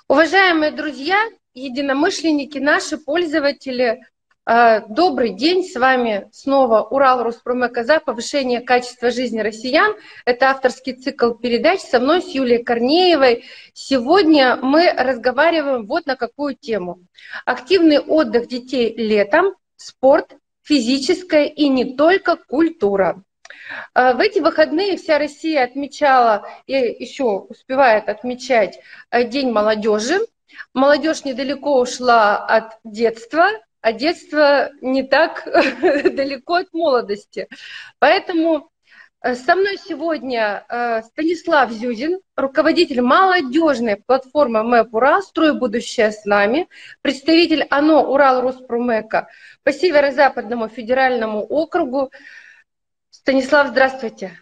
Уважаемые друзья, единомышленники, наши пользователи, добрый день, с вами снова Урал Роспромека за повышение качества жизни россиян. Это авторский цикл передач со мной, с Юлией Корнеевой. Сегодня мы разговариваем вот на какую тему. Активный отдых детей летом, спорт, физическая и не только культура. В эти выходные вся Россия отмечала и еще успевает отмечать День молодежи. Молодежь недалеко ушла от детства, а детство не так далеко от молодости. Поэтому со мной сегодня Станислав Зюзин, руководитель молодежной платформы МЭП Урал «Строй будущее с нами», представитель ОНО Урал Роспромека по Северо-Западному федеральному округу. Станислав, здравствуйте.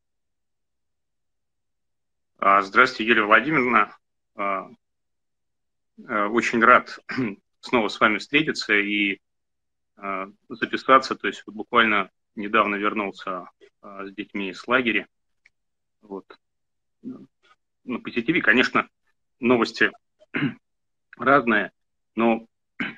Здравствуйте, Юлия Владимировна. Очень рад снова с вами встретиться и записаться. То есть буквально недавно вернулся с детьми с лагеря. Вот. На позитиве, конечно, новости разные, но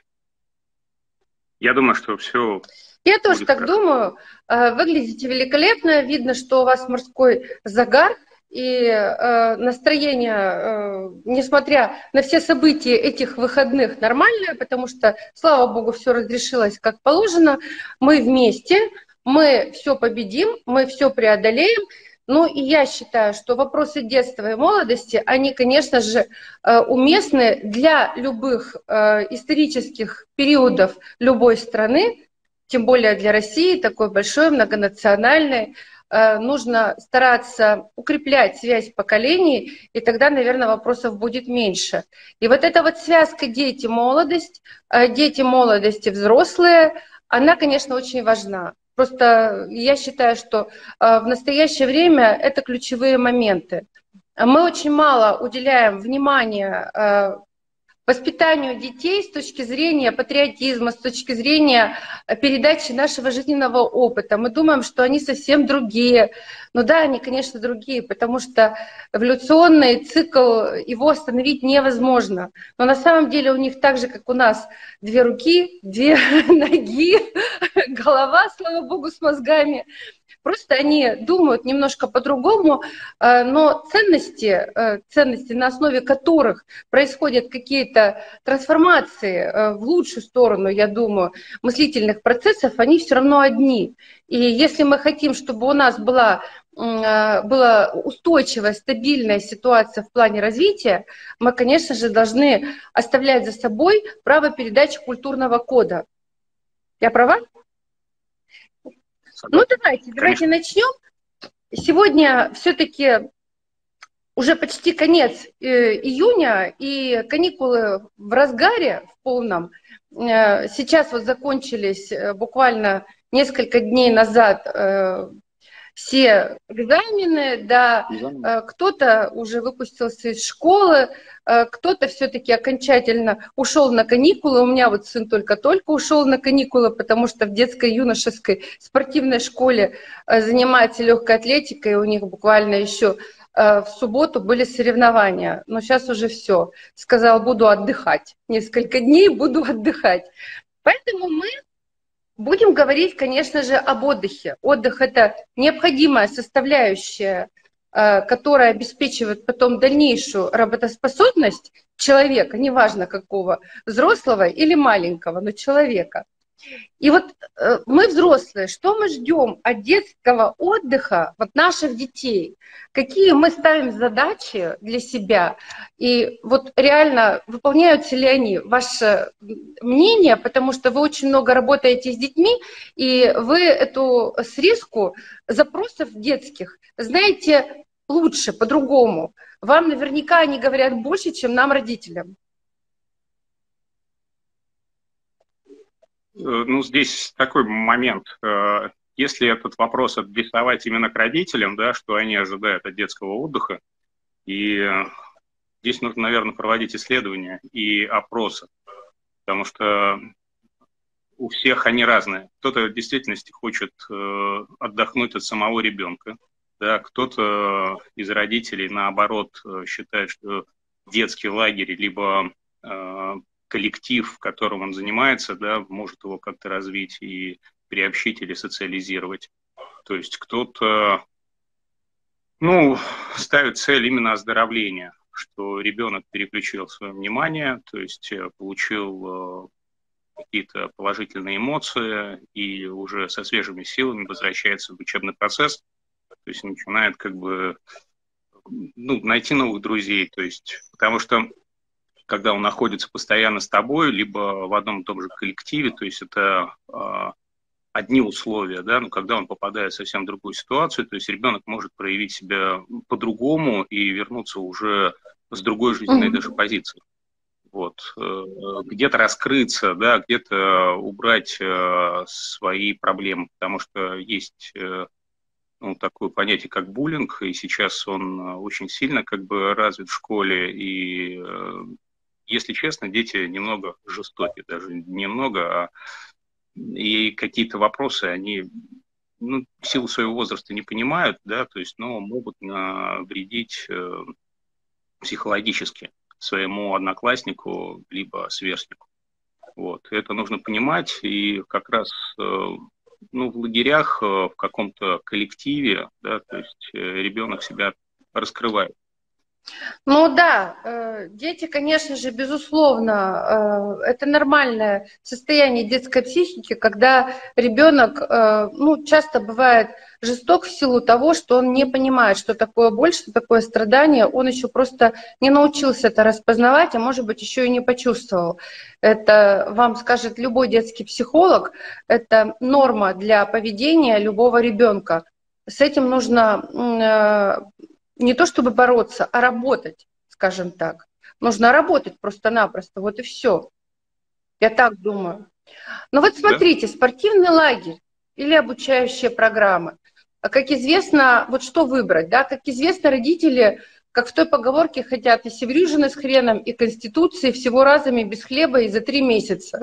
я думаю, что все. Я тоже так думаю. Выглядите великолепно. Видно, что у вас морской загар. И настроение, несмотря на все события этих выходных, нормальное, потому что, слава богу, все разрешилось как положено. Мы вместе, мы все победим, мы все преодолеем. Ну и я считаю, что вопросы детства и молодости, они, конечно же, уместны для любых исторических периодов любой страны, тем более для России, такой большой, многонациональной. Нужно стараться укреплять связь поколений, и тогда, наверное, вопросов будет меньше. И вот эта вот связка дети-молодость, дети-молодость и взрослые, она, конечно, очень важна. Просто я считаю, что в настоящее время это ключевые моменты. Мы очень мало уделяем внимания воспитанию детей с точки зрения патриотизма, с точки зрения передачи нашего жизненного опыта. Мы думаем, что они совсем другие. Ну да, они, конечно, другие, потому что эволюционный цикл, его остановить невозможно. Но на самом деле у них так же, как у нас, 2 руки, 2 ноги, голова, слава богу, с мозгами. Просто они думают немножко по-другому, но ценности, на основе которых происходят какие-то трансформации в лучшую сторону, я думаю, мыслительных процессов, они все равно одни. И если мы хотим, чтобы у нас была устойчивая, стабильная ситуация в плане развития, мы, конечно же, должны оставлять за собой право передачи культурного кода. Я права? Ну, давайте начнем. Сегодня все-таки уже почти конец июня, и каникулы в разгаре, в полном. Сейчас вот закончились буквально несколько дней назад все экзамены, да, кто-то уже выпустился из школы, кто-то все-таки окончательно ушел на каникулы. У меня вот сын только-только ушел на каникулы, потому что в детской юношеской спортивной школе занимается легкой атлетикой, у них буквально еще в субботу были соревнования, но сейчас уже все. Сказал, буду отдыхать. Несколько дней буду отдыхать. Поэтому мы будем говорить, конечно же, об отдыхе. Отдых – это необходимая составляющая, которая обеспечивает потом дальнейшую работоспособность человека, неважно какого, взрослого или маленького, но человека. И вот мы взрослые, что мы ждем от детского отдыха, вот наших детей? Какие мы ставим задачи для себя? И вот реально выполняются ли они? Ваше мнение, потому что вы очень много работаете с детьми, и вы эту срезку запросов детских знаете лучше, по-другому. Вам наверняка они говорят больше, чем нам, родителям. Ну, здесь такой момент. Если этот вопрос адресовать именно к родителям, да, что они ожидают от детского отдыха, и здесь нужно, наверное, проводить исследования и опросы, потому что у всех они разные. Кто-то в действительности хочет отдохнуть от самого ребенка, да, кто-то из родителей, наоборот, считает, что детский лагерь, либо коллектив, в котором он занимается, да, может его как-то развить и приобщить или социализировать. То есть кто-то, ну, ставит цель именно оздоровления, что ребенок переключил свое внимание, то есть получил какие-то положительные эмоции и уже со свежими силами возвращается в учебный процесс, то есть начинает как бы, ну, найти новых друзей, то есть, потому что когда он находится постоянно с тобой, либо в одном и том же коллективе, то есть это одни условия, да, но когда он попадает в совсем другую ситуацию, то есть ребенок может проявить себя по-другому и вернуться уже с другой жизненной даже позиции. Вот. Где-то раскрыться, да, где-то убрать свои проблемы, потому что есть ну, такое понятие, как буллинг, и сейчас он очень сильно как бы развит в школе, и, если честно, дети немного жестоки, даже немного, и какие-то вопросы они, ну, в силу своего возраста не понимают, да, то есть, но могут навредить психологически своему однокласснику либо сверстнику. Вот. Это нужно понимать, и как раз ну, в лагерях, в каком-то коллективе, да, то есть ребенок себя раскрывает. Ну да, дети, конечно же, безусловно, это нормальное состояние детской психики, когда ребенок, ну, часто бывает жесток в силу того, что он не понимает, что такое боль, что такое страдание, он еще просто не научился это распознавать, а может быть, еще и не почувствовал. Это вам скажет любой детский психолог, это норма для поведения любого ребенка. С этим нужно не то чтобы бороться, а работать, скажем так. Нужно работать просто-напросто, вот и все. Я так думаю. Но вот смотрите, спортивный лагерь или обучающие программы. Как известно, вот что выбрать, да? Как известно, родители, как в той поговорке, хотят и севрюжины с хреном, и конституции всего разами без хлеба и за 3 месяца.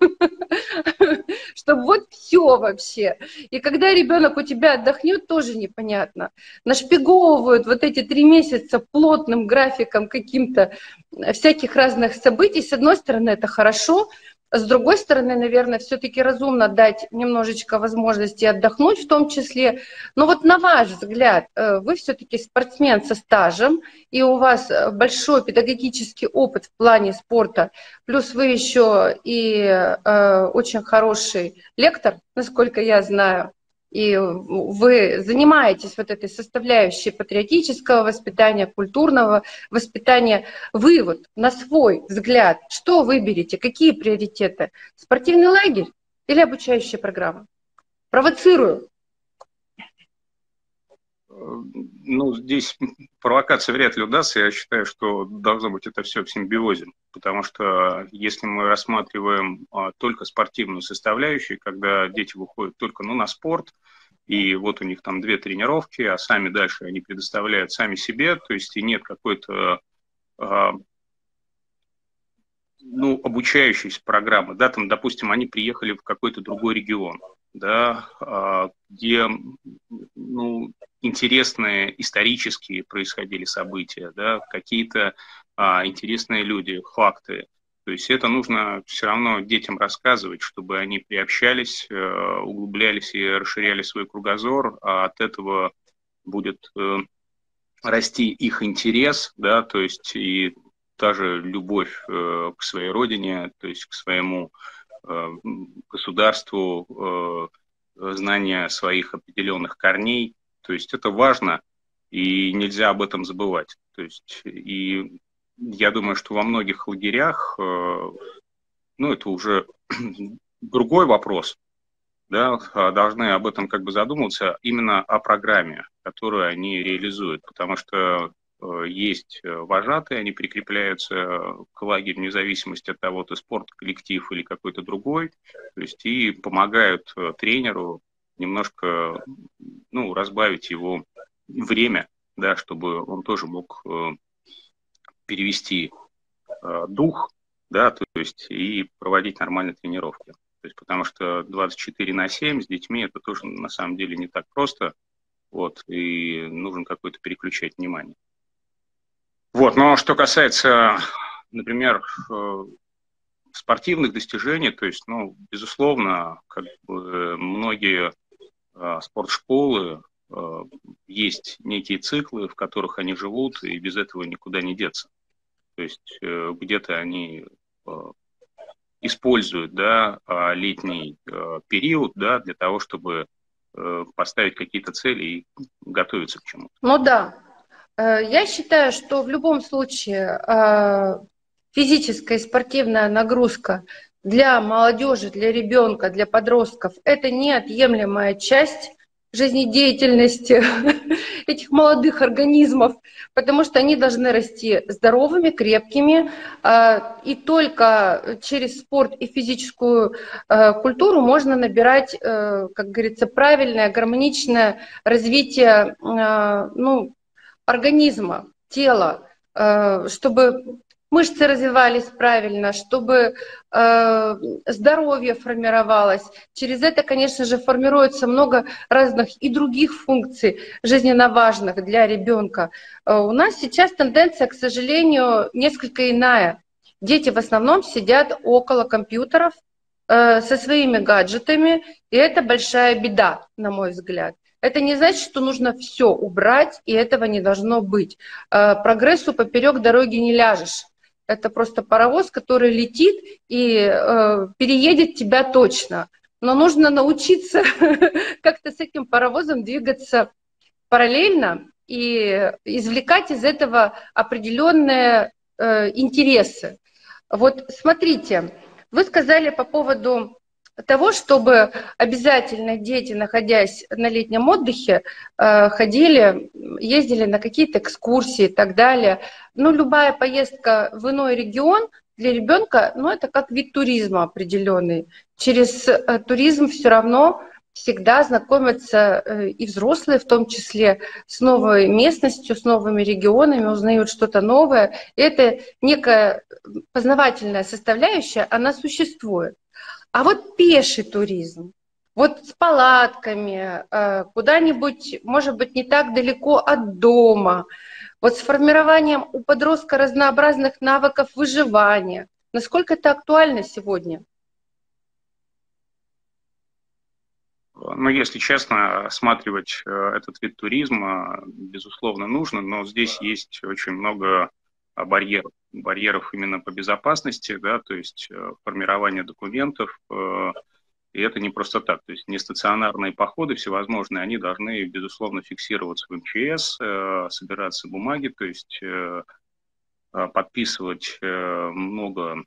Чтобы вот все вообще. И когда ребенок у тебя отдохнет, тоже непонятно. Нашпиговывают вот эти 3 месяца плотным графиком каким-то всяких разных событий. С одной стороны, это хорошо, с другой стороны, наверное, все-таки разумно дать немножечко возможности отдохнуть в том числе. Но вот на ваш взгляд, вы все-таки спортсмен со стажем, и у вас большой педагогический опыт в плане спорта, плюс вы еще и очень хороший лектор, насколько я знаю, и вы занимаетесь вот этой составляющей патриотического воспитания, культурного воспитания. Вы вот на свой взгляд, что выберете, какие приоритеты? Спортивный лагерь или обучающая программа? Провоцирую. Ну, здесь провокация вряд ли удастся. Я считаю, что должно быть это все в симбиозе. Потому что если мы рассматриваем только спортивную составляющую, когда дети выходят только на спорт, и вот у них там 2 тренировки, а сами дальше они предоставляют сами себе, то есть и нет какой-то ну, обучающейся программы, да, там, допустим, они приехали в какой-то другой регион, да, где, ну, интересные исторические происходили события, да, какие-то интересные люди, факты. То есть это нужно все равно детям рассказывать, чтобы они приобщались, углублялись и расширяли свой кругозор, а от этого будет расти их интерес, да, то есть и та же любовь к своей родине, то есть к своему государству, знание своих определенных корней. То есть это важно, и нельзя об этом забывать. То есть, и я думаю, что во многих лагерях, ну, это уже другой вопрос, да, должны об этом как бы задумываться, именно о программе, которую они реализуют, потому что есть вожатые, они прикрепляются к лагерю вне зависимости от того, ты спорт-коллектив или какой-то другой, то есть и помогают тренеру немножко, ну, разбавить его время, да, чтобы он тоже мог перевести дух, да, то есть и проводить нормальные тренировки. То есть, потому что 24/7 с детьми это тоже на самом деле не так просто, вот, и нужно какое-то переключать внимание. Вот, но что касается, например, спортивных достижений, то есть, ну, безусловно, как бы многие спортшколы, есть некие циклы, в которых они живут, и без этого никуда не деться. То есть где-то они используют, да, летний период, да, для того, чтобы поставить какие-то цели и готовиться к чему-то. Ну да, я считаю, что в любом случае физическая и спортивная нагрузка для молодежи, для ребенка, для подростков – это неотъемлемая часть жизнедеятельности этих молодых организмов, потому что они должны расти здоровыми, крепкими, и только через спорт и физическую культуру можно набирать, как говорится, правильное, гармоничное развитие, ну, организма, тела, чтобы мышцы развивались правильно, чтобы здоровье формировалось. Через это, конечно же, формируется много разных и других функций, жизненно важных для ребенка. У нас сейчас тенденция, к сожалению, несколько иная. Дети в основном сидят около компьютеров со своими гаджетами, и это большая беда, на мой взгляд. Это не значит, что нужно все убрать, и этого не должно быть. Прогрессу поперек дороги не ляжешь. Это просто паровоз, который летит и переедет тебя точно. Но нужно научиться как-то с этим паровозом двигаться параллельно и извлекать из этого определенные интересы. Вот смотрите, вы сказали по поводу того, чтобы обязательно дети, находясь на летнем отдыхе, ходили, ездили на какие-то экскурсии и так далее. Ну, любая поездка в иной регион для ребенка, ну, это как вид туризма определенный. Через туризм все равно всегда знакомятся и взрослые в том числе с новой местностью, с новыми регионами, узнают что-то новое. И это некая познавательная составляющая, она существует. А вот пеший туризм, вот с палатками, куда-нибудь, может быть, не так далеко от дома, вот с формированием у подростка разнообразных навыков выживания. Насколько это актуально сегодня? Ну, если честно, рассматривать этот вид туризма, безусловно, нужно, но здесь есть очень много барьеров. Барьеров именно по безопасности, да, то есть формирование документов, и это не просто так. То есть нестационарные походы всевозможные, они должны, безусловно, фиксироваться в МЧС, собираться бумаги, то есть подписывать много,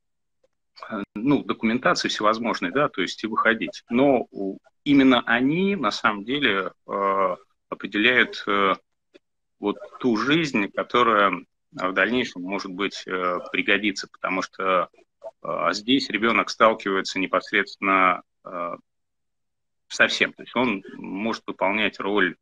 ну, документации всевозможной, да, то есть и выходить. Но именно они, на самом деле, определяют вот ту жизнь, которая в дальнейшем, может быть, пригодится, потому что здесь ребенок сталкивается непосредственно со всем. То есть он может выполнять роль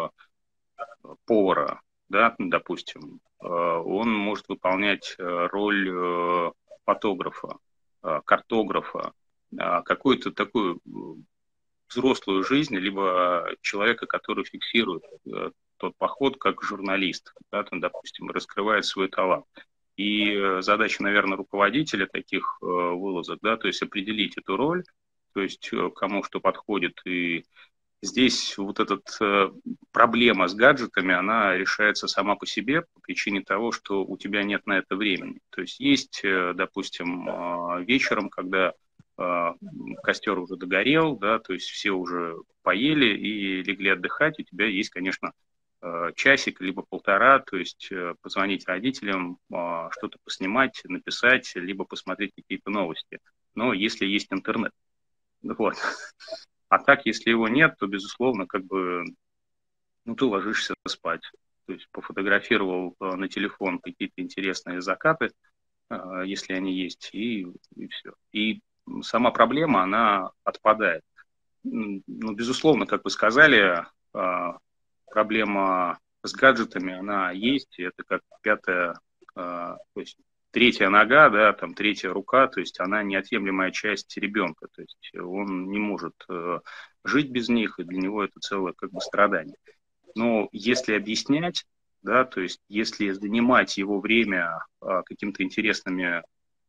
повара, да, допустим, он может выполнять роль фотографа, картографа, какую-то такую взрослую жизнь, либо человека, который фиксирует тот поход как журналист, да, там, допустим, раскрывает свой талант. И задача, наверное, руководителя таких вылазок, да, то есть определить эту роль, то есть кому что подходит. И здесь вот эта проблема с гаджетами, она решается сама по себе по причине того, что у тебя нет на это времени. То есть есть, допустим, вечером, когда костер уже догорел, да, то есть все уже поели и легли отдыхать, у тебя есть, конечно, часик, либо полтора, то есть позвонить родителям, что-то поснимать, написать, либо посмотреть какие-то новости. Но если есть интернет. Вот. А так, если его нет, то, безусловно, как бы, ну, ты ложишься спать. То есть пофотографировал на телефон какие-то интересные закаты, если они есть, и все. И сама проблема, она отпадает. Ну, безусловно, как вы сказали, проблема с гаджетами, она есть, и это как пятая, то есть третья нога, да, там третья рука, то есть она неотъемлемая часть ребенка, то есть он не может жить без них, и для него это целое как бы страдание. Но если объяснять, да, то есть если занимать его время какими-то интересными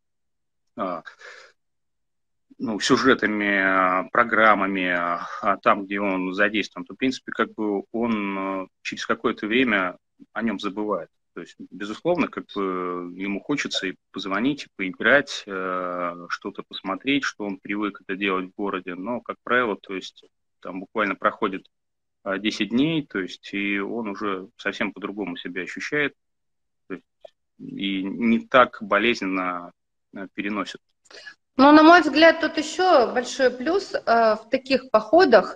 сюжетами, программами, там, где он задействован, то, в принципе, как бы он через какое-то время о нем забывает. То есть, безусловно, как бы ему хочется и позвонить, и поиграть, что-то посмотреть, что он привык это делать в городе, но, как правило, то есть там буквально проходит 10 дней, то есть и он уже совсем по-другому себя ощущает, то есть, и не так болезненно переносит. Ну, на мой взгляд, тут еще большой плюс в таких походах.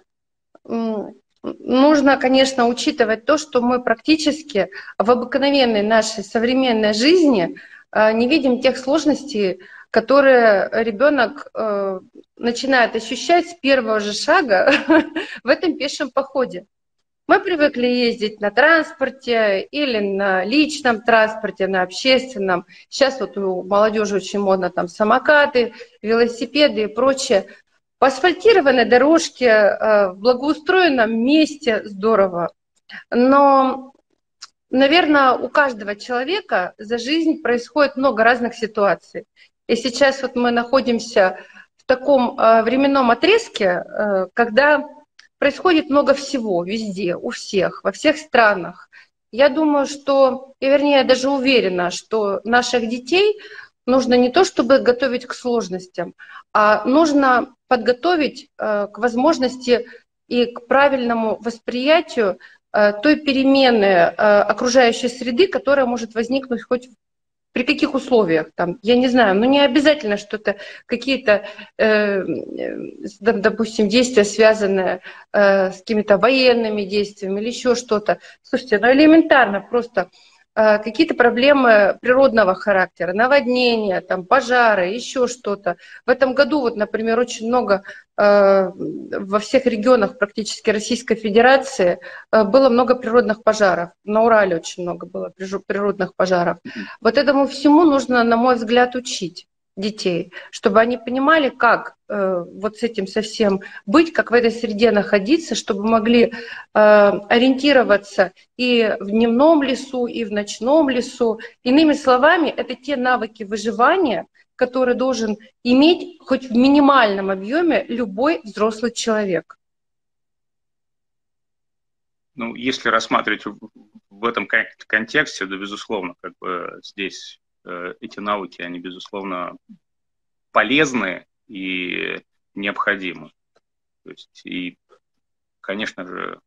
Нужно, конечно, учитывать то, что мы практически в обыкновенной нашей современной жизни не видим тех сложностей, которые ребенок начинает ощущать с первого же шага в этом пешем походе. Мы привыкли ездить на транспорте или на личном транспорте, на общественном. Сейчас вот у молодежи очень модно там самокаты, велосипеды и прочее. По асфальтированной дорожке, в благоустроенном месте здорово. Но, наверное, у каждого человека за жизнь происходит много разных ситуаций. И сейчас вот мы находимся в таком временном отрезке, когда происходит много всего везде, у всех, во всех странах. Я думаю, что, и вернее, я даже уверена, что наших детей нужно не то чтобы готовить к сложностям, а нужно подготовить к возможности и к правильному восприятию той перемены окружающей среды, которая может возникнуть хоть при каких условиях, там, я не знаю, ну не обязательно что-то, какие-то, допустим, действия, связанные с какими-то военными действиями или еще что-то. Слушайте, ну элементарно просто какие-то проблемы природного характера, наводнения, там, пожары, еще что-то. В этом году, вот, например, очень много во всех регионах практически Российской Федерации было много природных пожаров. На Урале очень много было природных пожаров. Вот этому всему нужно, на мой взгляд, учить детей, чтобы они понимали, как вот с этим совсем быть, как в этой среде находиться, чтобы могли ориентироваться и в дневном лесу, и в ночном лесу. Иными словами, это те навыки выживания, которые должен иметь хоть в минимальном объеме любой взрослый человек. Ну, если рассматривать в этом контексте, да, безусловно, как бы здесь эти навыки, они, безусловно, полезны и необходимы. То есть, и, конечно же,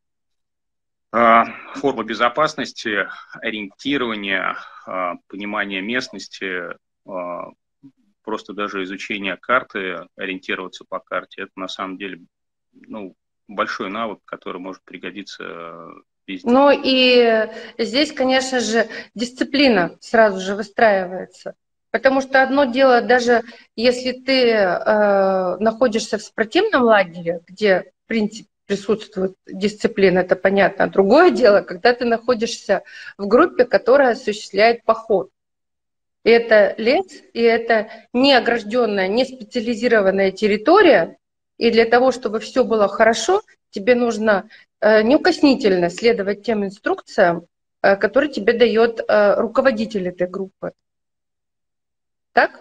форма безопасности, ориентирования, понимание местности, просто даже изучение карты, ориентироваться по карте, это на самом деле, ну, большой навык, который может пригодиться везде. Ну и здесь, конечно же, дисциплина сразу же выстраивается. Потому что одно дело, даже если ты находишься в спортивном лагере, где, в принципе, присутствует дисциплина, это понятно. Другое дело, когда ты находишься в группе, которая осуществляет поход. И это лес, и это не огражденная, не специализированная территория. И для того, чтобы все было хорошо, тебе нужно неукоснительно следовать тем инструкциям, которые тебе дает руководитель этой группы. Так?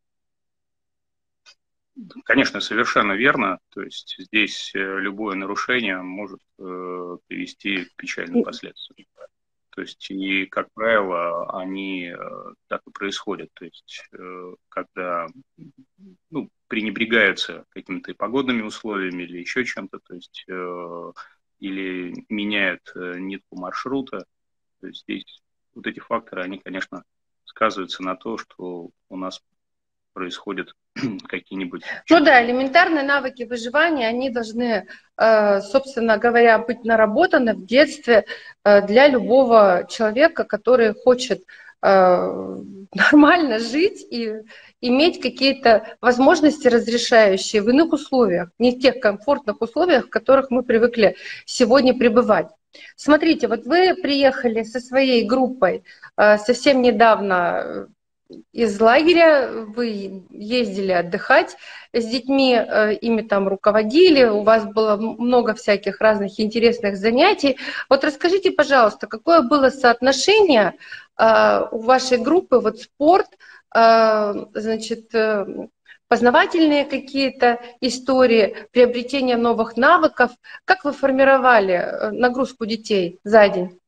Конечно, совершенно верно. То есть здесь любое нарушение может привести к печальным последствиям. То есть, и, как правило, они так и происходят. То есть, когда пренебрегаются какими-то погодными условиями или еще чем-то, то есть, или меняют нитку маршрута. То есть, здесь вот эти факторы, они, конечно, сказываются на то, что у нас происходят какие-нибудь... Ну да, элементарные навыки выживания, они должны, собственно говоря, быть наработаны в детстве для любого человека, который хочет нормально жить и иметь какие-то возможности разрешающие в иных условиях, не в тех комфортных условиях, в которых мы привыкли сегодня пребывать. Смотрите, вот вы приехали со своей группой совсем недавно из лагеря, вы ездили отдыхать с детьми, ими там руководили, у вас было много всяких разных интересных занятий. Вот расскажите, пожалуйста, какое было соотношение у вашей группы, вот спорт, значит, познавательные какие-то истории, приобретение новых навыков. Как вы формировали нагрузку детей за день?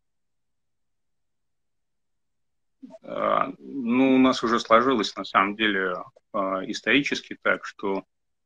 Ну, у нас уже сложилось, на самом деле, исторически так, что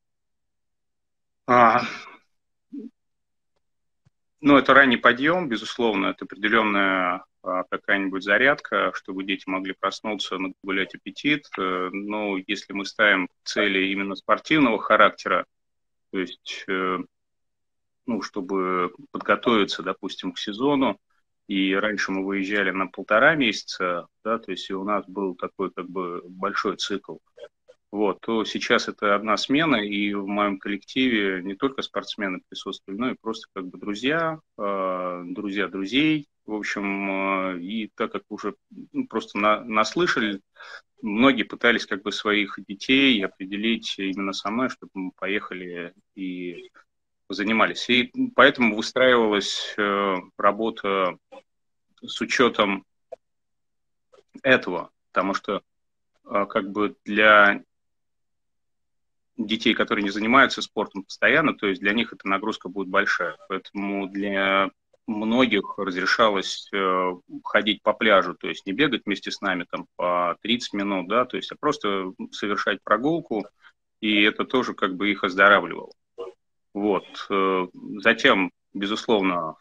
ну, это ранний подъем, безусловно, это определенная какая-нибудь зарядка, чтобы дети могли проснуться, нагулять аппетит. Но если мы ставим цели именно спортивного характера, то есть, ну, чтобы подготовиться, допустим, к сезону, и раньше мы выезжали на 1,5 месяца, да, то есть и у нас был такой как бы большой цикл. Вот, то сейчас это одна смена, и в моем коллективе не только спортсмены присутствуют, но и просто как бы друзья, друзья друзей, в общем, и так как уже просто наслышали, многие пытались как бы своих детей определить именно со мной, чтобы мы поехали и занимались. И поэтому выстраивалась работа с учетом этого, потому что как бы для детей, которые не занимаются спортом постоянно, то есть для них эта нагрузка будет большая. Поэтому для многих разрешалось ходить по пляжу, то есть не бегать вместе с нами там по 30 минут, да, то есть а просто совершать прогулку, и это тоже как бы их оздоравливало. Вот. Затем, безусловно,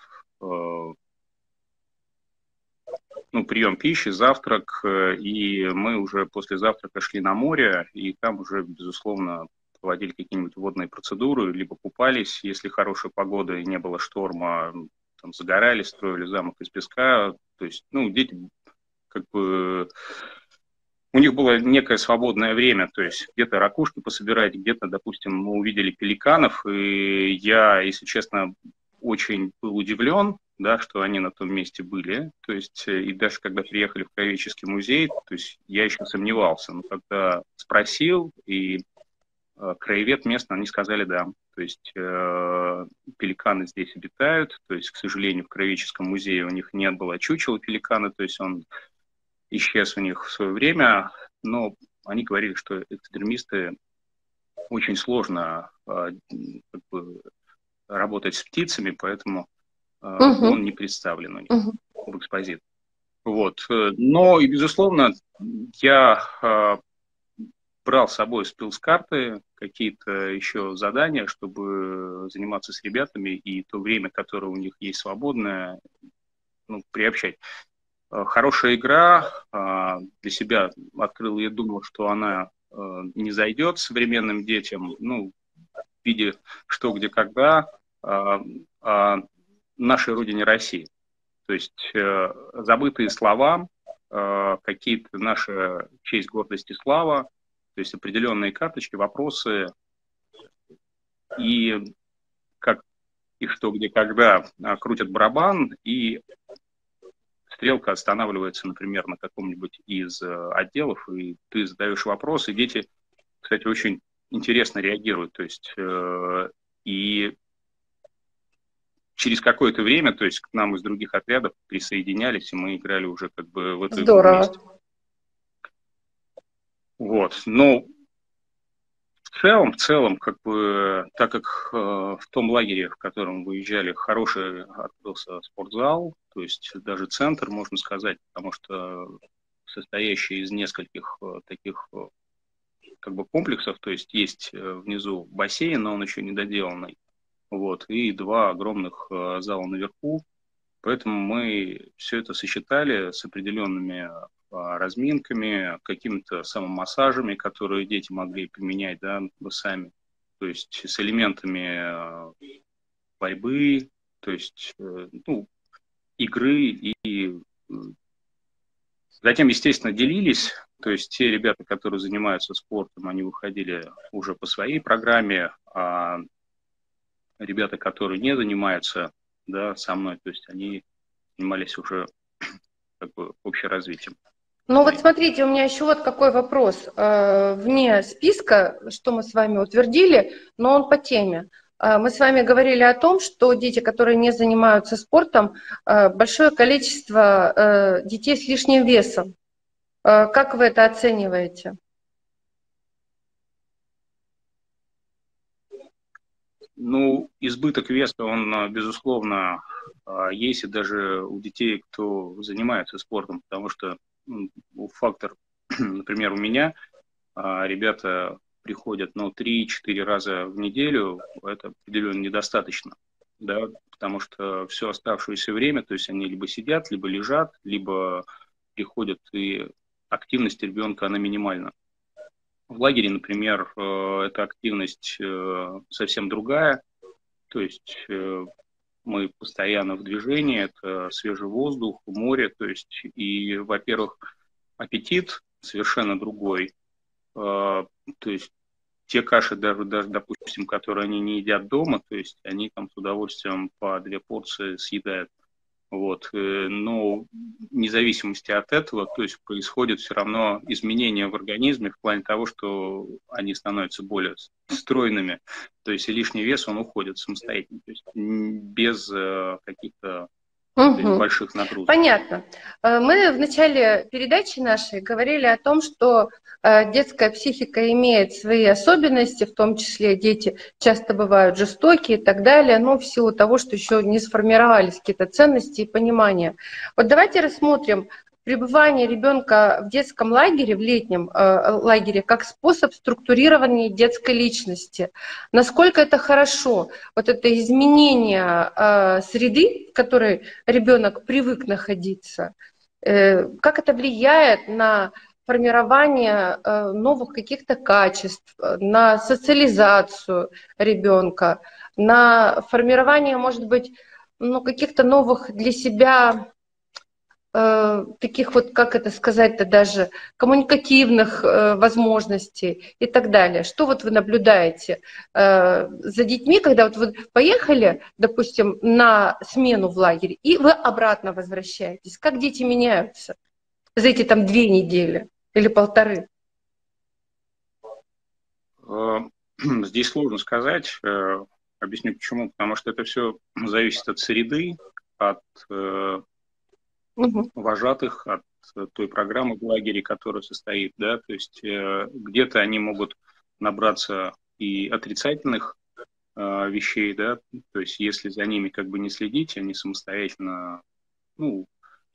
ну, прием пищи, завтрак, и мы уже после завтрака шли на море, и там уже, безусловно, проводили какие-нибудь водные процедуры, либо купались, если хорошая погода и не было шторма, там, загорали, строили замок из песка. То есть, ну, дети как бы... У них было некое свободное время, то есть где-то ракушки пособирать, где-то, допустим, мы увидели пеликанов, и я, если честно, очень был удивлен, да, что они на том месте были. То есть, и даже когда приехали в Краеведческий музей, то есть я еще сомневался, но когда спросил, и краевед местный, они сказали да. То есть пеликаны здесь обитают, то есть, к сожалению, в Краеведческом музее у них не было чучела пеликана, то есть он исчез у них в свое время, но они говорили, что экзодермисты очень сложно как бы, работать с птицами, поэтому он не представлен у них в экспозиции. Вот. Но, и, безусловно, я брал с собой спилс-карты, какие-то еще задания, чтобы заниматься с ребятами, и то время, которое у них есть свободное, ну, приобщать. Хорошая игра, для себя открыл, я думал, что она не зайдет современным детям, ну, в виде «Что, где, когда», нашей родине России. То есть забытые слова, какие-то наша честь, гордость и слава, то есть определенные карточки, вопросы, и как и что, где, когда крутят барабан, и стрелка останавливается, например, на каком-нибудь из отделов, и ты задаешь вопрос, и дети, кстати, очень интересно реагируют. То есть и через какое-то время, то есть к нам из других отрядов присоединялись, и мы играли уже как бы в эту игру вместе. Вот. Но в целом, как бы, так как в том лагере, в котором выезжали, хороший открылся спортзал, то есть даже центр, можно сказать, потому что состоящий из нескольких таких как бы комплексов, то есть есть внизу бассейн, но он еще не доделанный, вот, и два огромных зала наверху, поэтому мы все это сосчитали с определенными разминками, какими-то самомассажами, которые дети могли применять, да, сами, то есть с элементами борьбы, то есть ну, игры, и затем, естественно, делились, то есть те ребята, которые занимаются спортом, они выходили уже по своей программе, а ребята, которые не занимаются, да, со мной, то есть они занимались уже как бы общеразвитием. Ну вот смотрите, у меня еще вот какой вопрос. Вне списка, что мы с вами утвердили, но он по теме. Мы с вами говорили о том, что дети, которые не занимаются спортом, большое количество детей с лишним весом. Как вы это оцениваете? Ну, избыток веса, он, безусловно, есть и даже у детей, кто занимается спортом, потому что фактор, например, у меня ребята приходят, ну, 3-4 раза в неделю, это определенно недостаточно, да, потому что все оставшееся время, то есть они либо сидят, либо лежат, либо приходят, и активность ребенка, она минимальна. В лагере, например, эта активность совсем другая, то есть мы постоянно в движении, это свежий воздух, море, то есть и, во-первых, аппетит совершенно другой, то есть те каши, даже, допустим, которые они не едят дома, то есть они там с удовольствием по 2 порции съедают. Вот. Но вне зависимости от этого, то есть происходит все равно изменения в организме в плане того, что они становятся более стройными, то есть и лишний вес, он уходит самостоятельно, то есть без каких-то Угу. больших нагрузок. Понятно. Мы в начале передачи нашей говорили о том, что детская психика имеет свои особенности, в том числе дети часто бывают жестокие и так далее, но в силу того, что еще не сформировались какие-то ценности и понимания. Вот давайте рассмотрим пребывание ребенка в детском лагере, в летнем лагере, как способ структурирования детской личности. Насколько это хорошо, вот это изменение среды, в которой ребенок привык находиться, как это влияет на формирование новых каких-то качеств, на социализацию ребенка, на формирование, может быть, ну, каких-то новых для себя таких вот, как это сказать-то даже, коммуникативных возможностей и так далее. Что вот вы наблюдаете за детьми, когда вот вы поехали, допустим, на смену в лагерь, и вы обратно возвращаетесь? Как дети меняются за эти там 2 недели или 1,5? Здесь сложно сказать. Объясню почему. Потому что это все зависит от среды, от Угу. вожатых, от той программы в лагере, которая состоит, да, то есть где-то они могут набраться и отрицательных вещей, да, то есть если за ними как бы не следить, они самостоятельно, ну,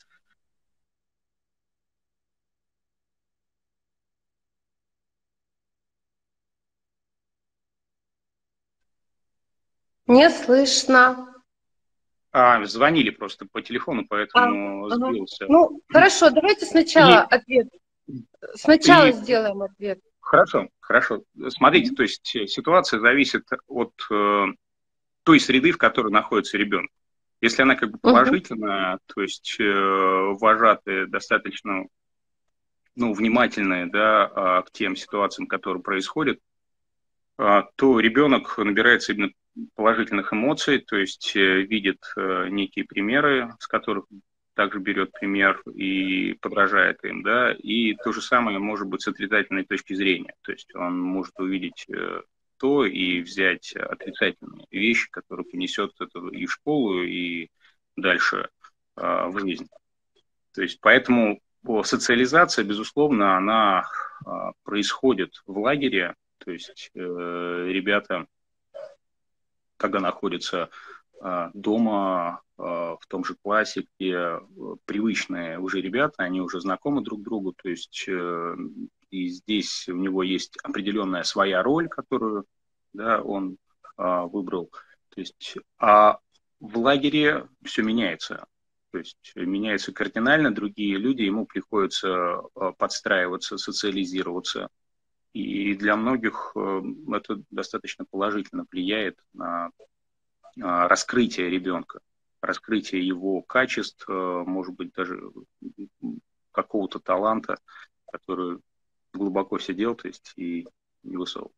Не слышно. звонили просто по телефону, поэтому Ага. сбился. Ну, хорошо, давайте сначала И, ответ. Сначала и сделаем ответ. хорошо, хорошо. Смотрите, то есть ситуация зависит от той среды, в которой находится ребенок. Если она как бы Угу. положительная, то есть вожатые достаточно, ну, внимательные, да, к тем ситуациям, которые происходят, то ребенок набирается именно положительных эмоций, то есть видит некие примеры, с которых также берет пример и подражает им, да, и то же самое может быть с отрицательной точки зрения, то есть он может увидеть то и взять отрицательные вещи, которые принесет это и в школу, и дальше в жизнь. То есть поэтому социализация, безусловно, она происходит в лагере, то есть ребята, когда находятся дома, в том же классе, где привычные уже ребята, они уже знакомы друг другу, то есть и здесь у него есть определенная своя роль, которую, да, он выбрал. То есть, а в лагере все меняется. То есть меняется кардинально, другие люди, ему приходится подстраиваться, социализироваться. И для многих это достаточно положительно влияет на раскрытие ребенка, раскрытие его качеств, может быть, даже какого-то таланта, который глубоко сидел, то есть и не высовывал.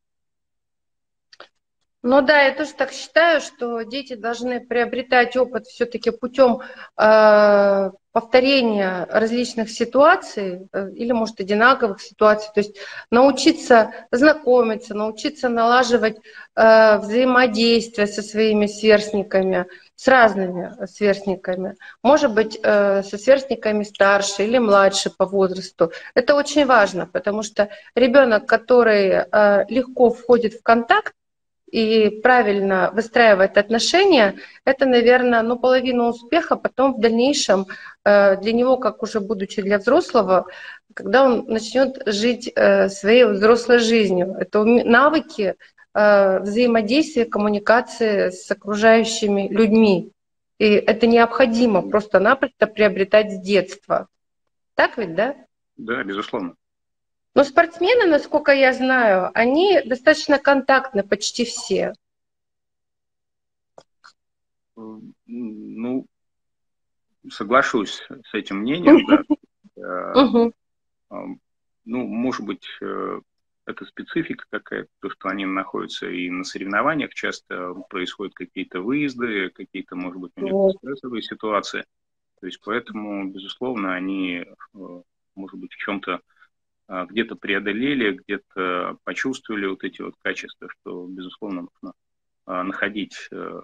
Ну да, я тоже так считаю, что дети должны приобретать опыт все-таки путем повторения различных ситуаций или, может, одинаковых ситуаций. То есть научиться знакомиться, научиться налаживать взаимодействие со своими сверстниками, с разными сверстниками. Может быть, со сверстниками старше или младше по возрасту. Это очень важно, потому что ребенок, который легко входит в контакт, и правильно выстраивает отношения, это, наверное, ну, половина успеха. Потом в дальнейшем для него, как уже будучи для взрослого, когда он начнет жить своей взрослой жизнью. Это навыки взаимодействия, коммуникации с окружающими людьми. И это необходимо просто-напросто приобретать с детства. Так ведь, да? Да, безусловно. Но спортсмены, насколько я знаю, они достаточно контактны, почти все. Ну, соглашусь с этим мнением, да. Ну, может быть, это специфика какая-то, то, что они находятся и на соревнованиях, часто происходят какие-то выезды, какие-то, может быть, у них стрессовые ситуации. То есть поэтому, безусловно, они, может быть, в чем-то где-то преодолели, где-то почувствовали вот эти вот качества, что, безусловно, нужно находить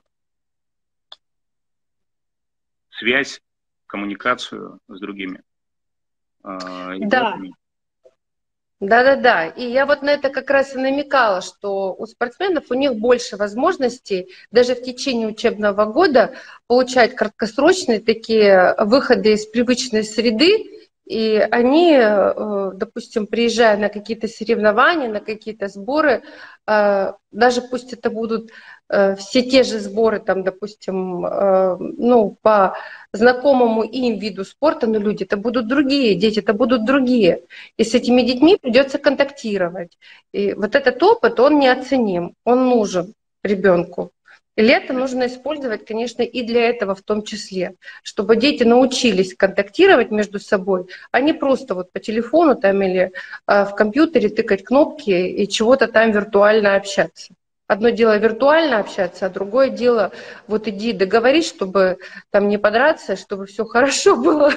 связь, коммуникацию с другими ребятами. Да. И я вот на это как раз и намекала, что у спортсменов у них больше возможностей даже в течение учебного года получать краткосрочные такие выходы из привычной среды. И они, допустим, приезжая на какие-то соревнования, на какие-то сборы, даже пусть это будут все те же сборы, там, допустим, ну, по знакомому им виду спорта, но люди это будут другие, дети это будут другие. И с этими детьми придется контактировать. И вот этот опыт, он неоценим, он нужен ребенку. И лето нужно использовать, конечно, и для этого в том числе, чтобы дети научились контактировать между собой, а не просто вот по телефону там или в компьютере тыкать кнопки и чего-то там виртуально общаться. Одно дело виртуально общаться, а другое дело вот иди договорись, чтобы там не подраться, чтобы все хорошо было.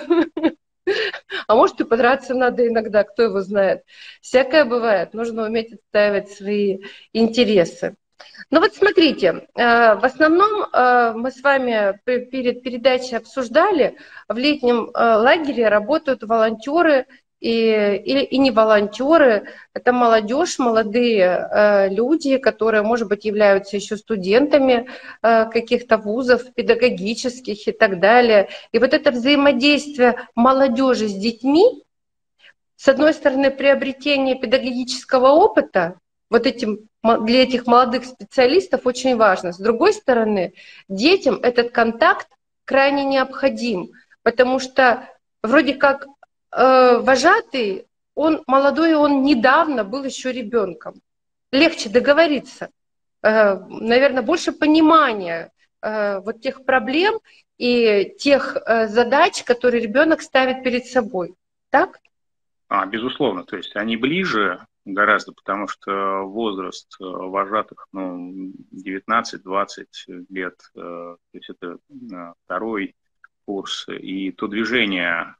А может и подраться надо иногда, кто его знает. Всякое бывает, нужно уметь отстаивать свои интересы. Ну вот смотрите, в основном мы с вами перед передачей обсуждали, в летнем лагере работают волонтеры и не волонтеры, это молодежь, молодые люди, которые, может быть, являются еще студентами каких-то вузов, педагогических и так далее. И вот это взаимодействие молодежи с детьми, с одной стороны, приобретение педагогического опыта, вот для этих молодых специалистов очень важно. С другой стороны, детям этот контакт крайне необходим, потому что вроде как вожатый, он молодой, он недавно был еще ребенком. Легче договориться, наверное, больше понимания вот тех проблем и тех задач, которые ребенок ставит перед собой. Так? Безусловно, то есть они ближе гораздо, потому что возраст вожатых, ну, 19-20 лет, то есть это второй курс, и то движение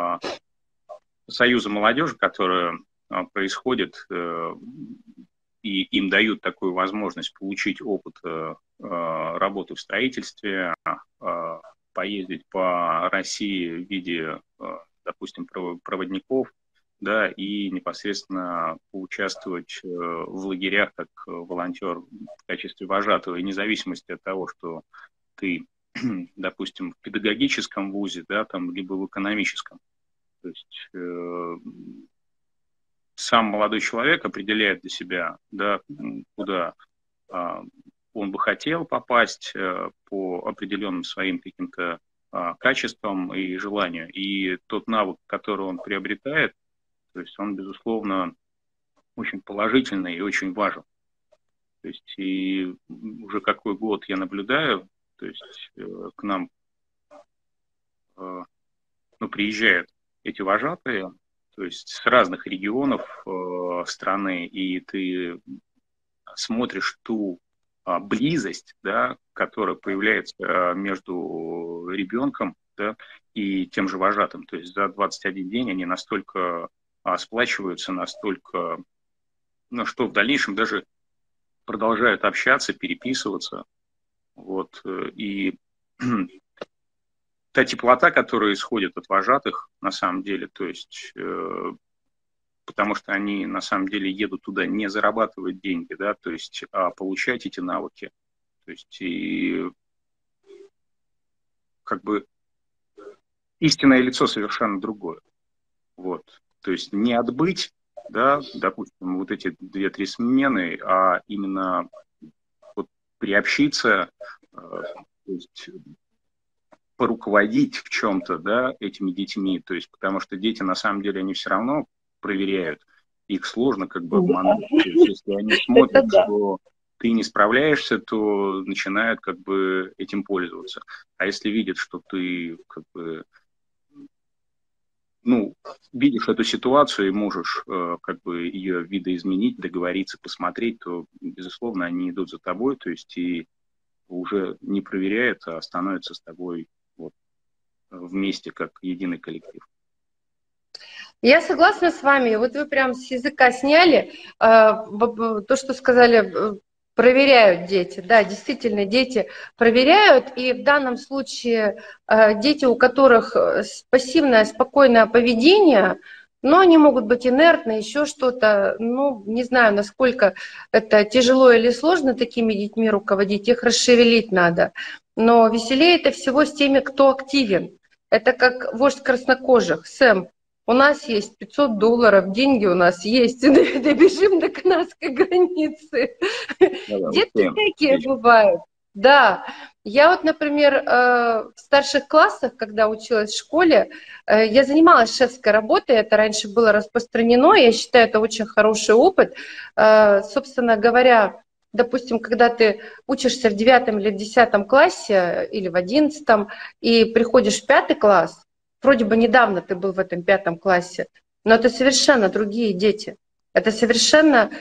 Союза молодежи, которое происходит, и им дают такую возможность получить опыт работы в строительстве, поездить по России в виде, допустим, проводников, да, и непосредственно поучаствовать в лагерях как волонтер в качестве вожатого, и вне зависимости от того, что ты, допустим, в педагогическом вузе, да, там, либо в экономическом. То есть сам молодой человек определяет для себя, да, куда он бы хотел попасть по определенным своим каким-то качествам и желанию. И тот навык, который он приобретает, то есть он, безусловно, очень положительный и очень важен. То есть и уже какой год я наблюдаю, то есть к нам приезжают эти вожатые, то есть с разных регионов страны, и ты смотришь ту близость, да, которая появляется между ребенком да, и тем же вожатым. То есть за 21 день они настолько сплачиваются, настолько, ну, что в дальнейшем даже продолжают общаться, переписываться. Вот. И та теплота, которая исходит от вожатых, на самом деле, то есть, потому что они на самом деле едут туда не зарабатывать деньги, да, то есть, а получать эти навыки. То есть, и как бы истинное лицо совершенно другое. Вот. То есть не отбыть, да, допустим, вот эти 2-3 смены, а именно вот приобщиться, то есть поруководить в чем-то, да, этими детьми. То есть, потому что дети, на самом деле, они все равно проверяют. Их сложно как бы обмануть. То есть, если они смотрят, что ты не справляешься, то начинают как бы этим пользоваться. А если видят, что ты как бы, ну, видишь эту ситуацию и можешь как бы ее видоизменить, договориться, посмотреть, то, безусловно, они идут за тобой, то есть и уже не проверяют, а становятся с тобой вот вместе как единый коллектив. Я согласна с вами. Вот вы прям с языка сняли то, что сказали, проверяют дети. Да, действительно, дети проверяют. И в данном случае дети, у которых пассивное, спокойное поведение, но они могут быть инертны, еще что-то. Ну, не знаю, насколько это тяжело или сложно такими детьми руководить. Их расшевелить надо. Но веселее это всего с теми, кто активен. Это как вождь краснокожих, Сэм. У нас есть $500, деньги у нас есть, добежим до канадской границы. Детки всякие бывают. Да, я вот, например, в старших классах, когда училась в школе, я занималась шефской работой, это раньше было распространено, я считаю, это очень хороший опыт. Собственно говоря, допустим, когда ты учишься в 9 или в 10 классе, или в 11, и приходишь в 5 класс, вроде бы недавно ты был в этом 5 классе, но это совершенно другие дети. Это совершенно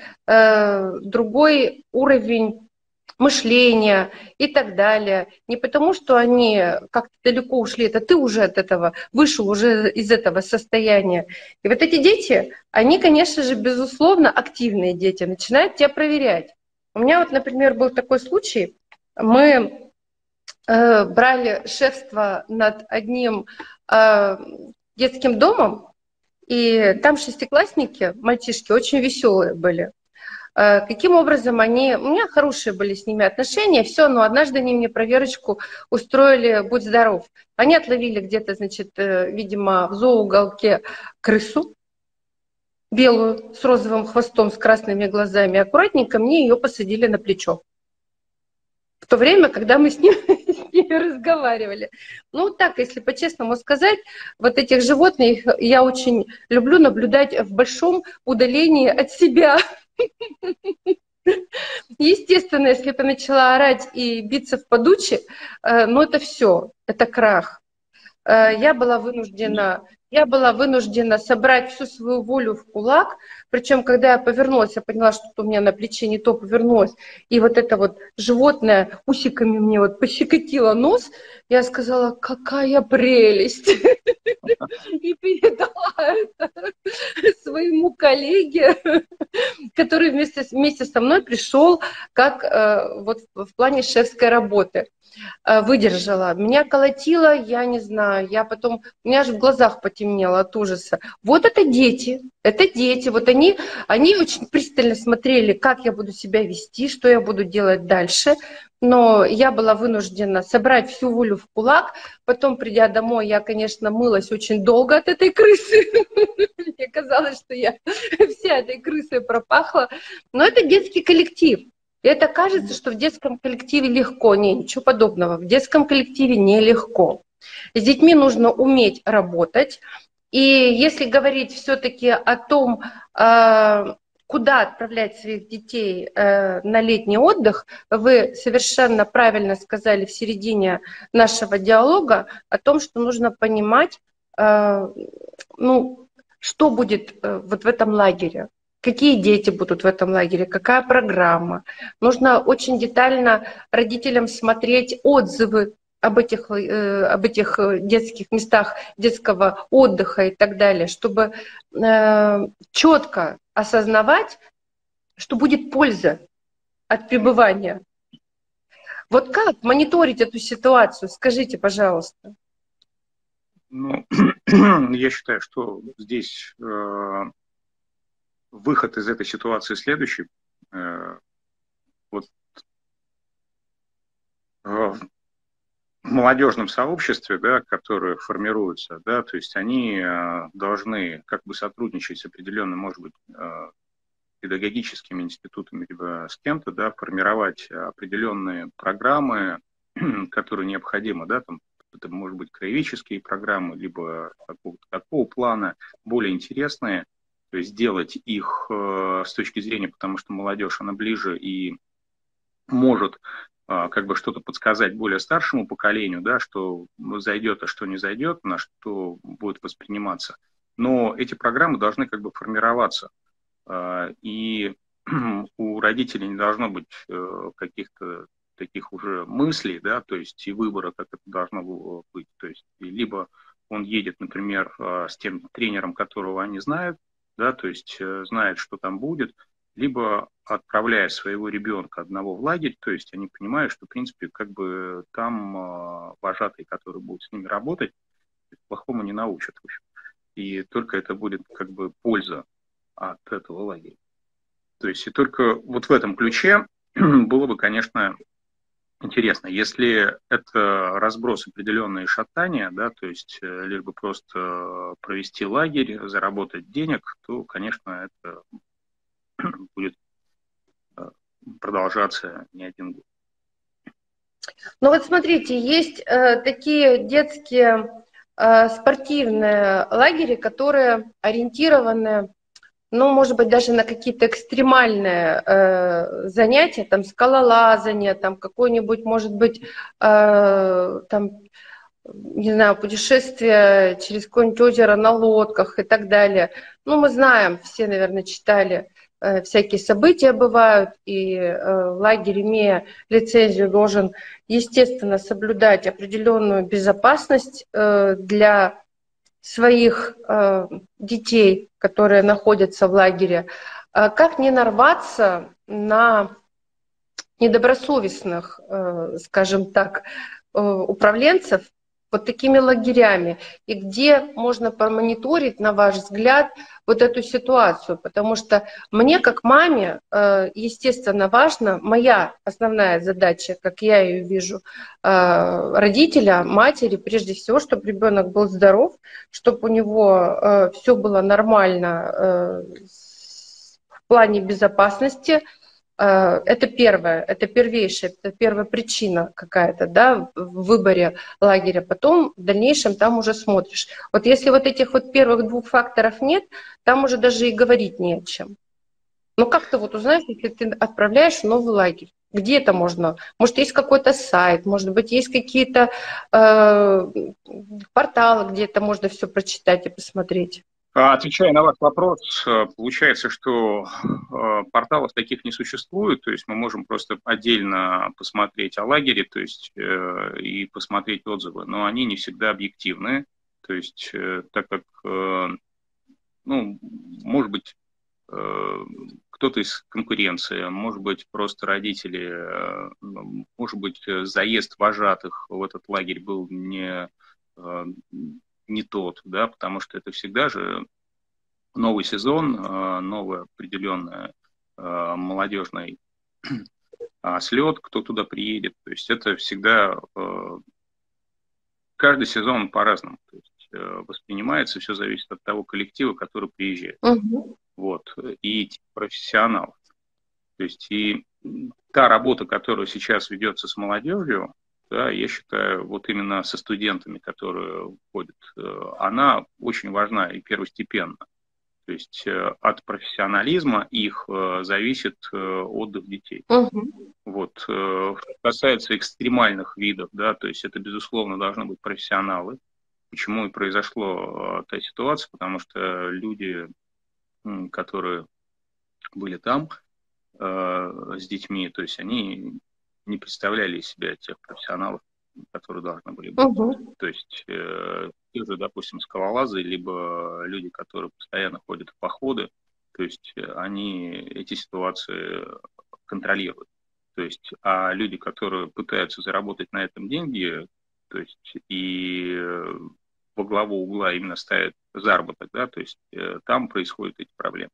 другой уровень мышления и так далее. Не потому, что они как-то далеко ушли, это ты уже от этого вышел, уже из этого состояния. И вот эти дети, они, конечно же, безусловно, активные дети, начинают тебя проверять. У меня вот, например, был такой случай. Мы брали шефство над одним детским домом, и там шестиклассники, мальчишки, очень веселые были. Каким образом они... У меня хорошие были с ними отношения, все, но однажды они мне проверочку устроили «Будь здоров». Они отловили где-то, значит, видимо, в зооуголке крысу белую с розовым хвостом, с красными глазами. Аккуратненько мне ее посадили на плечо. В то время, когда мы с ними разговаривали. Ну, так, если по-честному сказать, вот этих животных я очень люблю наблюдать в большом удалении от себя. Естественно, если бы начала орать и биться в подуче, ну это все, это крах. Я была вынуждена собрать всю свою волю в кулак, причем, когда я повернулась, я поняла, что у меня на плече не то повернулось, и вот это вот животное усиками мне вот пощекотило нос, я сказала, какая прелесть, и передала это своему коллеге, который вместе со мной пришел как вот в плане шефской работы. Выдержала. Меня колотило, я не знаю, у меня аж в глазах потемнело от ужаса. Вот это дети, вот они очень пристально смотрели, как я буду себя вести, что я буду делать дальше. Но я была вынуждена собрать всю волю в кулак. Потом, придя домой, я, конечно, мылась очень долго от этой крысы. Мне казалось, что я вся этой крысой пропахла. Но это детский коллектив. И это кажется, что в детском коллективе легко. Нет, ничего подобного. В детском коллективе нелегко. С детьми нужно уметь работать. И если говорить все-таки о том, куда отправлять своих детей на летний отдых, вы совершенно правильно сказали в середине нашего диалога о том, что нужно понимать, ну, что будет вот в этом лагере. Какие дети будут в этом лагере, какая программа. Нужно очень детально родителям смотреть отзывы об этих детских местах детского отдыха и так далее, чтобы четко осознавать, что будет польза от пребывания. Вот как мониторить эту ситуацию? Скажите, пожалуйста. Ну, я считаю, что здесь выход из этой ситуации следующий. Вот в молодежном сообществе, да, которое формируется, да, то есть они должны как бы сотрудничать с определенным, может быть, педагогическими институтами, либо с кем-то, да, формировать определенные программы, которые необходимы, да, там, это может быть краеведческие программы, либо какого-то такого плана, более интересные, то есть сделать их с точки зрения, потому что молодежь, она ближе и может как бы что-то подсказать более старшему поколению, да, что зайдет, а что не зайдет, на что будет восприниматься. Но эти программы должны как бы формироваться. И у родителей не должно быть каких-то таких уже мыслей, да, то есть и выбора, как это должно быть. То есть либо он едет, например, с тем тренером, которого они знают, да, то есть знает, что там будет, либо отправляя своего ребенка одного в лагерь, то есть они понимают, что, в принципе, как бы там вожатые, которые будут с ними работать, плохому не научат. В общем. И только это будет как бы польза от этого лагеря. То есть и только вот в этом ключе было бы, конечно, интересно. Если это разброс определенные шатания, да, то есть либо просто провести лагерь, заработать денег, то, конечно, это будет продолжаться не один год. Ну вот смотрите, есть такие детские спортивные лагеря, которые ориентированы, ну, может быть, даже на какие-то экстремальные занятия, там, скалолазание, там, какое-нибудь, может быть, там, не знаю, путешествие через какое-нибудь озеро на лодках и так далее. Ну, мы знаем, все, наверное, читали, всякие события бывают, и лагерь, имея лицензию, должен, естественно, соблюдать определенную безопасность для своих детей, которые находятся в лагере. Как не нарваться на недобросовестных, скажем так, управленцев вот такими лагерями, и где можно промониторить, на ваш взгляд, вот эту ситуацию, потому что мне, как маме, естественно, важно, моя основная задача, как я ее вижу, родителя, матери, прежде всего, чтобы ребенок был здоров, чтобы у него все было нормально в плане безопасности. Это первое, это первейшая, это первая причина какая-то, да, в выборе лагеря. Потом в дальнейшем там уже смотришь. Вот если вот этих вот первых двух факторов нет, там уже даже и говорить не о чем. Ну как ты вот узнаешь, если ты отправляешь в новый лагерь? Где это можно? Может, есть какой-то сайт, может быть, есть какие-то порталы, где это можно все прочитать и посмотреть? Отвечая на ваш вопрос, получается, что порталов таких не существует, то есть мы можем просто отдельно посмотреть о лагере, то есть и посмотреть отзывы, но они не всегда объективны, то есть так как, ну, может быть, кто-то из конкуренции, может быть, просто родители, может быть, заезд вожатых в этот лагерь был не тот, да, потому что это всегда же новый сезон, новый определенный молодежный слет, кто туда приедет. То есть это всегда, каждый сезон по-разному. То есть воспринимается, все зависит от того коллектива, который приезжает. Угу. Вот. И профессионалов. То есть и та работа, которая сейчас ведется с молодежью, да, я считаю, вот именно со студентами, которые входят, она очень важна и первостепенна. То есть от профессионализма их зависит отдых детей. Угу. Вот. Что касается экстремальных видов, да, то есть это, безусловно, должны быть профессионалы. Почему и произошла та ситуация, потому что люди, которые были там с детьми, то есть они не представляли из себя тех профессионалов, которые должны были быть. Угу. То есть те же, допустим, скалолазы, либо люди, которые постоянно ходят в походы, то есть они эти ситуации контролируют. То есть, а люди, которые пытаются заработать на этом деньги, то есть и во главу угла именно ставят заработок, да, то есть там происходят эти проблемы.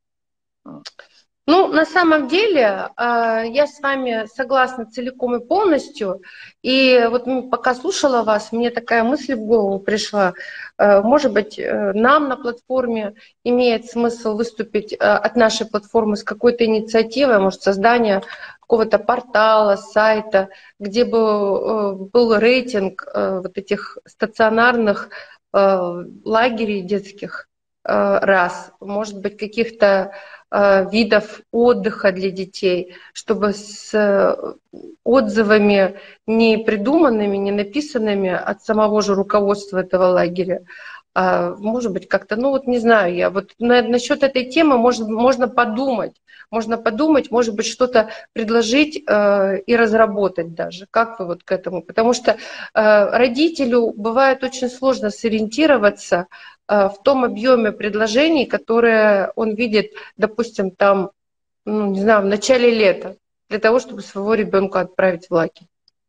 Ну, на самом деле, я с вами согласна целиком и полностью. И вот пока слушала вас, мне такая мысль в голову пришла. Может быть, нам на платформе имеет смысл выступить от нашей платформы с какой-то инициативой, может, создание какого-то портала, сайта, где бы был рейтинг вот этих стационарных лагерей детских раз, может быть, каких-то видов отдыха для детей, чтобы с отзывами не придуманными, не написанными от самого же руководства этого лагеря, может быть, как-то, ну вот не знаю, я вот насчет этой темы можно подумать, может быть, что-то предложить и разработать даже. Как вы вот к этому? Потому что родителю бывает очень сложно сориентироваться в том объеме предложений, которые он видит, допустим, там, ну, не знаю, в начале лета, для того, чтобы своего ребенка отправить в лагерь.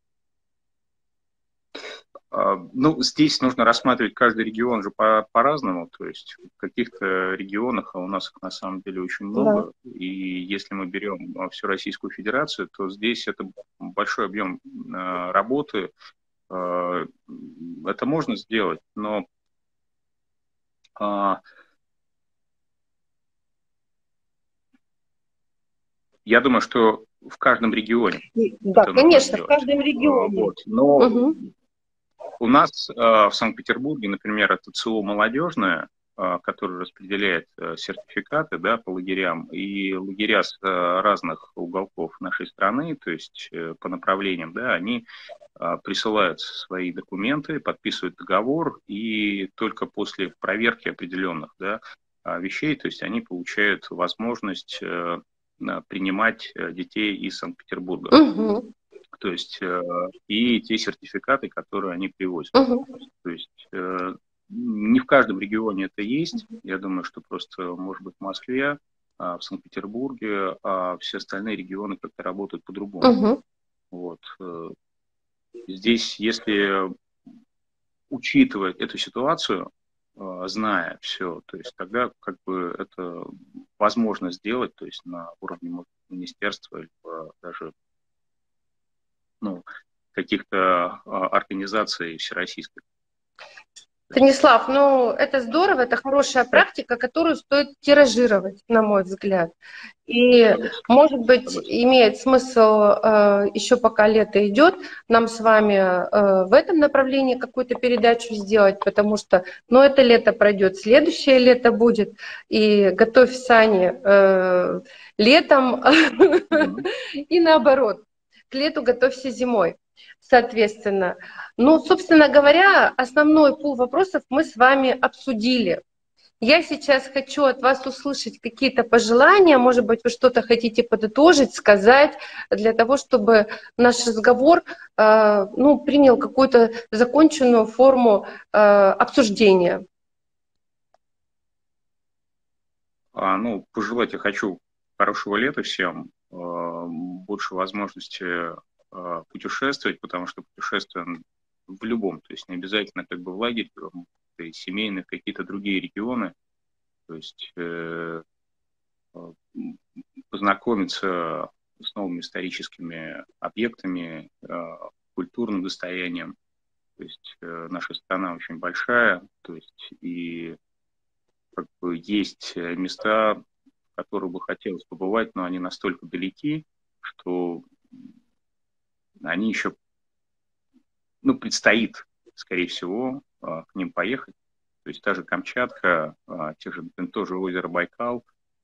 Ну, здесь нужно рассматривать каждый регион же по-разному, то есть в каких-то регионах, а у нас их на самом деле очень много, да. И если мы берем всю Российскую Федерацию, то здесь это большой объем работы, это можно сделать, но я думаю, что в каждом регионе. Да, конечно, в каждом регионе. Вот. Но у нас в Санкт-Петербурге, например, это ЦО «Молодежное», который распределяет сертификаты, да, по лагерям, и лагеря с разных уголков нашей страны, то есть по направлениям, да, они присылают свои документы, подписывают договор, и только после проверки определенных, да, вещей, то есть они получают возможность принимать детей из Санкт-Петербурга. Угу. То есть и те сертификаты, которые они привозят. То есть не в каждом регионе это есть. Я думаю, что просто, может быть, в Москве, в Санкт-Петербурге, а все остальные регионы как-то работают по-другому. Вот. Здесь, если учитывать эту ситуацию, зная все, то есть тогда как бы это возможно сделать, то есть на уровне министерства, либо даже каких-то организаций всероссийских. Станислав, ну это здорово, это хорошая практика, которую стоит тиражировать, на мой взгляд. И, может быть, имеет смысл еще пока лето идет, нам с вами в этом направлении какую-то передачу сделать, потому что, ну, это лето пройдет, следующее лето будет, и готовь сани летом и наоборот, к лету готовься зимой. Соответственно, ну, собственно говоря, основной пул вопросов мы с вами обсудили. Я сейчас хочу от вас услышать какие-то пожелания, может быть, вы что-то хотите подытожить, сказать, для того, чтобы наш разговор принял какую-то законченную форму обсуждения. Пожелать я хочу хорошего лета всем, больше возможности путешествовать, потому что путешествуем в любом, то есть не обязательно как бы в лагерь, семейные, какие-то другие регионы, то есть познакомиться с новыми историческими объектами, культурным достоянием. То есть наша страна очень большая, то есть и как бы есть места, в которые бы хотелось побывать, но они настолько далеки, что они еще, предстоит, скорее всего, к ним поехать. То есть та же Камчатка, тоже озеро Байкал.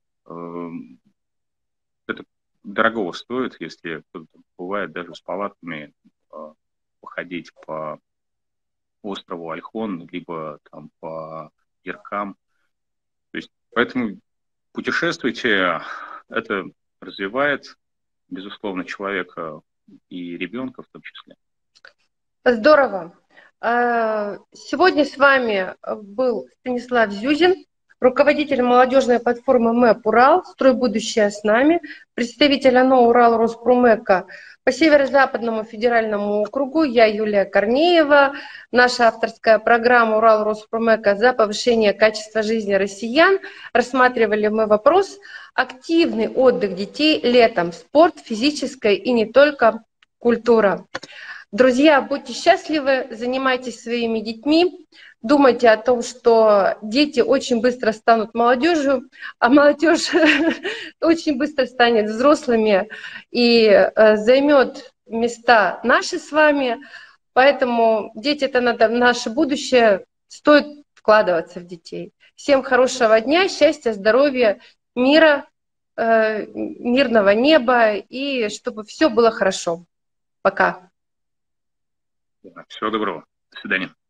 Это дорого стоит, если кто-то бывает даже с палатками походить по острову Ольхон, либо там по Яркам. То есть, поэтому путешествуйте, это развивает, безусловно, человека и ребенка в том числе. Здорово. Сегодня с вами был Станислав Зюзин, руководитель молодежной платформы МЭП «Урал», «Строй будущее с нами», представитель ОНО «Урал Роспромека» по Северо-Западному федеральному округу. Я Юлия Корнеева. Наша авторская программа «Урал Роспромека» за повышение качества жизни россиян. Рассматривали мы вопрос «Активный отдых детей летом. Спорт, физическая и не только культура». Друзья, будьте счастливы, занимайтесь своими детьми, думайте о том, что дети очень быстро станут молодежью, а молодежь очень быстро станет взрослыми и займет места наши с вами. Поэтому дети – это наше будущее, стоит вкладываться в детей. Всем хорошего дня, счастья, здоровья, мира, мирного неба и чтобы все было хорошо. Пока. Всего доброго. До свидания.